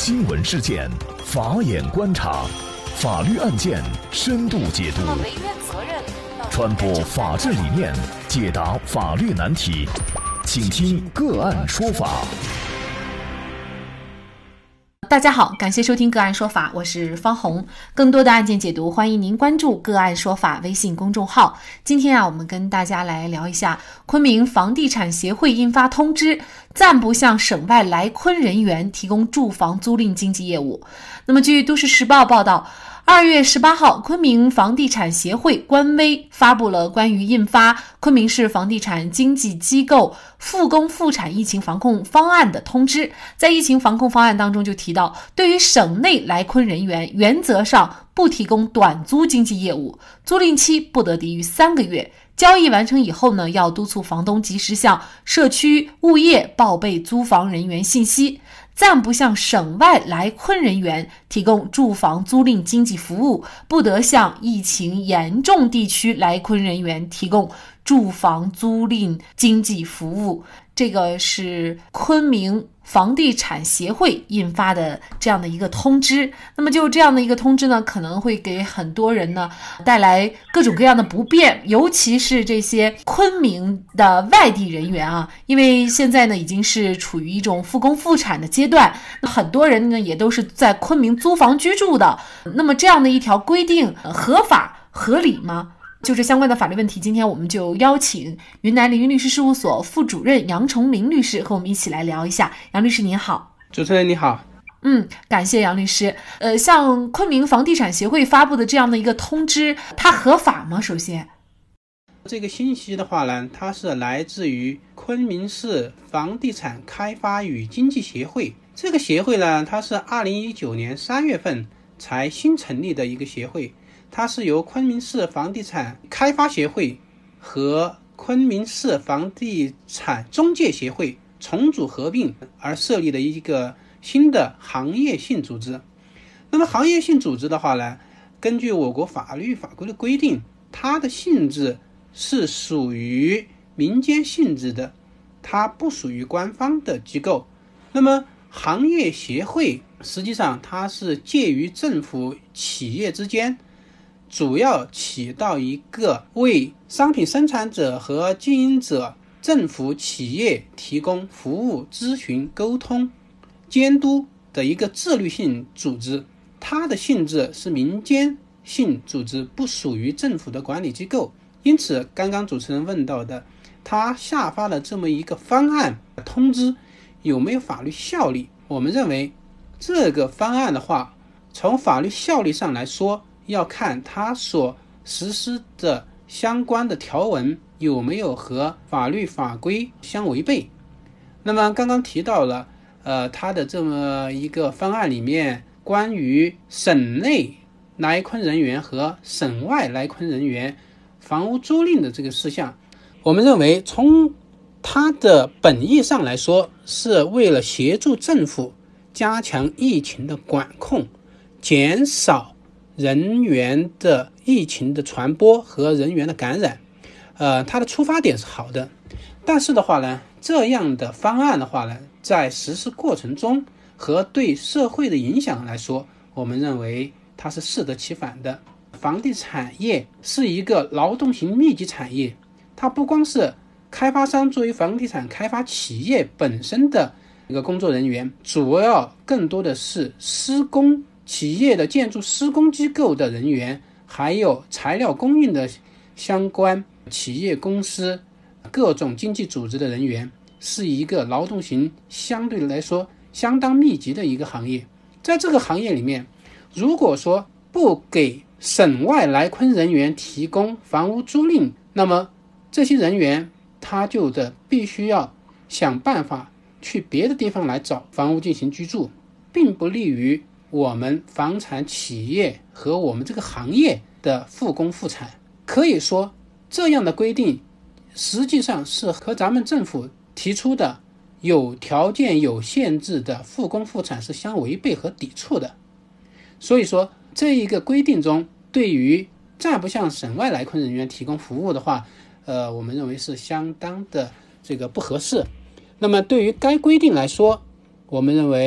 新闻事件，法眼观察，法律案件深度解读，传播法治理念，解答法律难题，请听个案说法。 大家好，感谢收听个案说法，我是方红。更多的案件解读，欢迎您关注个案说法微信公众号。今天我们跟大家来聊一下昆明房地产协会印发通知，暂不向省外来昆人员提供住房租赁经纪业务。那么据都市时报报道，2月18号，昆明房地产协会官微发布了关于印发昆明市房地产经纪机构复工复产疫情防控方案的通知。在疫情防控方案当中就提到，对于省内来昆人员，原则上不提供短租经纪业务，租赁期不得低于3个月。交易完成以后呢，要督促房东及时向社区物业报备租房人员信息，暂不向省外来昆人员提供住房租赁经纪服务，不得向疫情严重地区来昆人员提供住房租赁经纪服务。这个是昆明房地产协会印发的这样的一个通知。那么就这样的一个通知呢，可能会给很多人呢带来各种各样的不便，尤其是这些昆明的外地人员啊，因为现在呢已经是处于一种复工复产的阶段，很多人呢也都是在昆明租房居住的。那么这样的一条规定合法合理吗？就这相关的法律问题，今天我们就邀请云南凌云律师事务所副主任杨崇林律师和我们一起来聊一下。杨律师您好。 主持人你好。 感谢杨律师。像昆明房地产协会发布的这样的一个通知，它合法吗？首先， 这个信息的话呢，它是来自于昆明市房地产开发与经纪协会。这个协会呢，它是2019年3月份才新成立的一个协会，它是由昆明市房地产开发协会和昆明市房地产中介协会重组合并而设立的一个新的行业性组织。那么行业性组织的话呢，根据我国法律法规的规定，它的性质是属于民间性质的，它不属于官方的机构。那么行业协会实际上它是介于政府企业之间，主要起到一个为商品生产者和经营者、政府企业提供服务、咨询、沟通、监督的一个自律性组织。它的性质是民间性组织，不属于政府的管理机构。因此刚刚主持人问到的，他下发了这么一个方案通知有没有法律效力，我们认为这个方案的话，从法律效力上来说，要看他所实施的相关的条文有没有和法律法规相违背。那么刚刚提到了他的这么一个方案里面关于省内来昆人员和省外来昆人员房屋租赁的这个事项，我们认为从它的本意上来说，是为了协助政府加强疫情的管控，减少人员的疫情的传播和人员的感染。它的出发点是好的，但是的话呢，这样的方案的话呢，在实施过程中和对社会的影响来说，我们认为它是适得其反的。房地产业是一个劳动型密集产业，它不光是开发商作为房地产开发企业本身的一个工作人员，主要更多的是施工企业的建筑施工机构的人员，还有材料供应的相关企业公司各种经济组织的人员，是一个劳动型相对来说相当密集的一个行业。在这个行业里面，如果说不给省外来昆人员提供房屋租赁，那么这些人员他就必须要想办法去别的地方来找房屋进行居住，并不利于我们房产企业和我们这个行业的复工复产。可以说这样的规定实际上是和咱们政府提出的有条件有限制的复工复产是相违背和抵触的。所以说这一个规定中，对于暂不向省外来昆人员提供服务的话，我们认为是相当的这个不合适。那么对于该规定来说，我们认为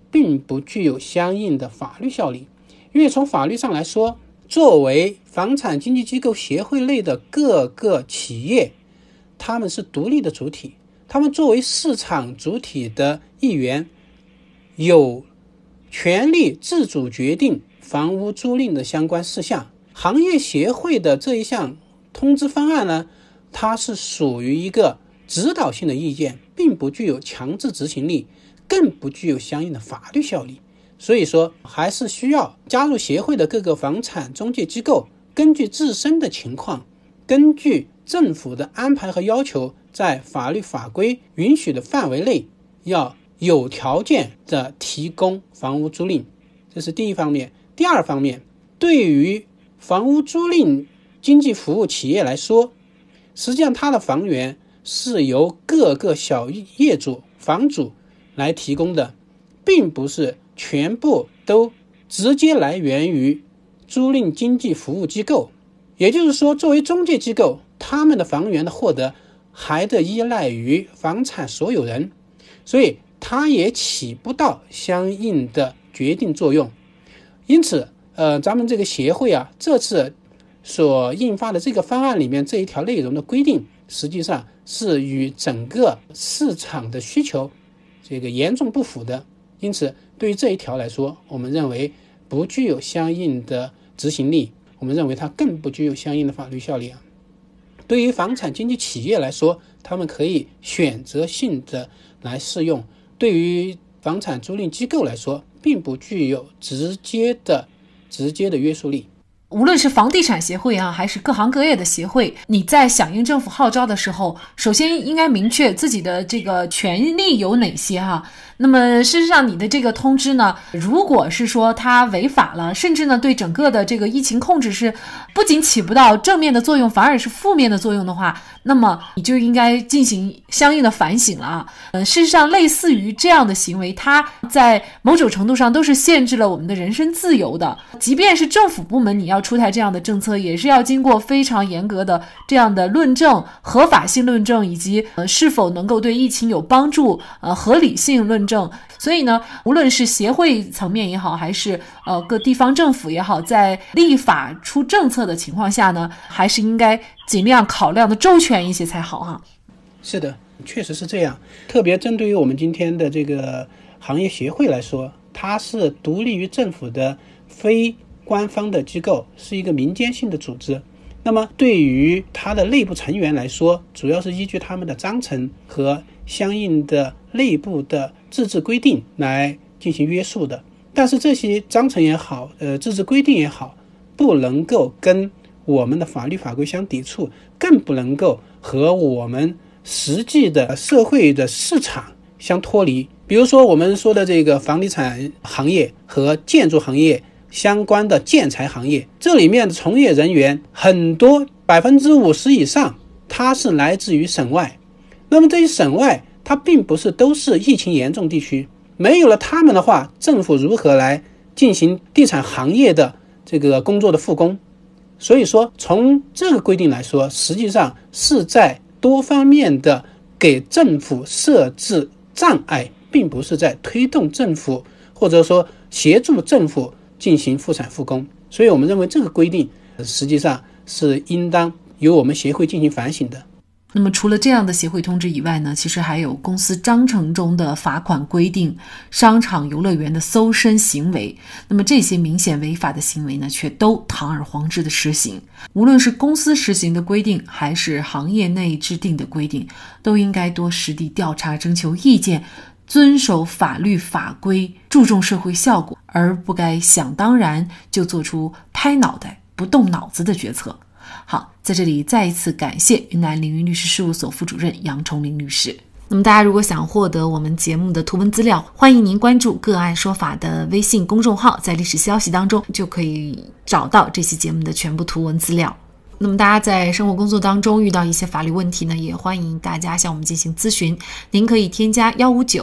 并不具有相应的法律效力。因为从法律上来说，作为房产经纪机构协会内的各个企业，他们是独立的主体，他们作为市场主体的一员，有权利自主决定房屋租赁的相关事项。行业协会的这一项通知方案呢，它是属于一个指导性的意见，并不具有强制执行力，更不具有相应的法律效力。所以说还是需要加入协会的各个房产中介机构，根据自身的情况，根据政府的安排和要求，在法律法规允许的范围内，要有条件的提供房屋租赁。这是第一方面。第二方面，对于房屋租赁经纪服务企业来说，实际上它的房源是由各个小业主、房主来提供的，并不是全部都直接来源于租赁经纪服务机构。也就是说，作为中介机构，他们的房源的获得还得依赖于房产所有人，所以它也起不到相应的决定作用。因此咱们这个协会啊，这次所印发的这个方案里面这一条内容的规定，实际上是与整个市场的需求这个严重不符的。因此对于这一条来说，我们认为不具有相应的执行力，我们认为它更不具有相应的法律效力。对于房产经纪企业来说，他们可以选择性的来适用；对于房产租赁机构来说，并不具有直接的约束力。 无论是房地产协会啊，还是各行各业的协会，你在响应政府号召的时候，首先应该明确自己的这个权利有哪些哈。那么事实上你的这个通知呢，如果是说它违法了，甚至呢对整个的这个疫情控制是不仅起不到正面的作用，反而是负面的作用的话，那么你就应该进行相应的反省了啊。事实上类似于这样的行为，它在某种程度上都是限制了我们的人身自由的。即便是政府部门你要出台这样的政策，也是要经过非常严格的这样的论证、合法性论证，以及是否能够对疫情有帮助、合理性论证。所以呢，无论是协会层面也好，还是各地方政府也好，在立法出政策的情况下呢，还是应该尽量考量的周全一些才好哈。 是的，确实是这样。特别针对于我们今天的这个行业协会来说，它是独立于政府的非官方的机构，是一个民间性的组织。那么对于它的内部成员来说，主要是依据他们的章程和相应的内部的自治规定来进行约束的。但是这些章程也好，自治规定也好，不能够跟我们的法律法规相抵触，更不能够和我们实际的社会的市场相脱离。比如说我们说的这个房地产行业和建筑行业相关的建材行业，这里面的从业人员很多50%以上，它是来自于省外。那么这些省外，它并不是都是疫情严重地区，没有了他们的话，政府如何来进行地产行业的这个工作的复工？所以说从这个规定来说，实际上是在多方面的给政府设置障碍，并不是在推动政府或者说协助政府进行复产复工。所以我们认为这个规定实际上是应当由我们协会进行反省的。 那么除了这样的协会通知以外呢，其实还有公司章程中的罚款规定，商场游乐园的搜身行为。那么这些明显违法的行为呢，却都堂而皇之的实行。无论是公司实行的规定，还是行业内制定的规定，都应该多实地调查，征求意见，遵守法律法规，注重社会效果，而不该想当然就做出拍脑袋不动脑子的决策。好，在这里再一次感谢云南凌云律师事务所副主任杨崇林律师。那么大家如果想获得我们节目的图文资料，欢迎您关注个案说法的微信公众号，在历史消息当中就可以找到这期节目的全部图文资料。那么大家在生活工作当中遇到一些法律问题呢，也欢迎大家向我们进行咨询。您可以添加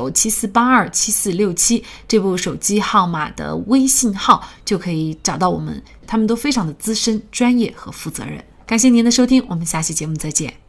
15974827467这部手机号码的微信号，就可以找到我们，他们都非常的资深、专业和负责任。感谢您的收听，我们下期节目再见。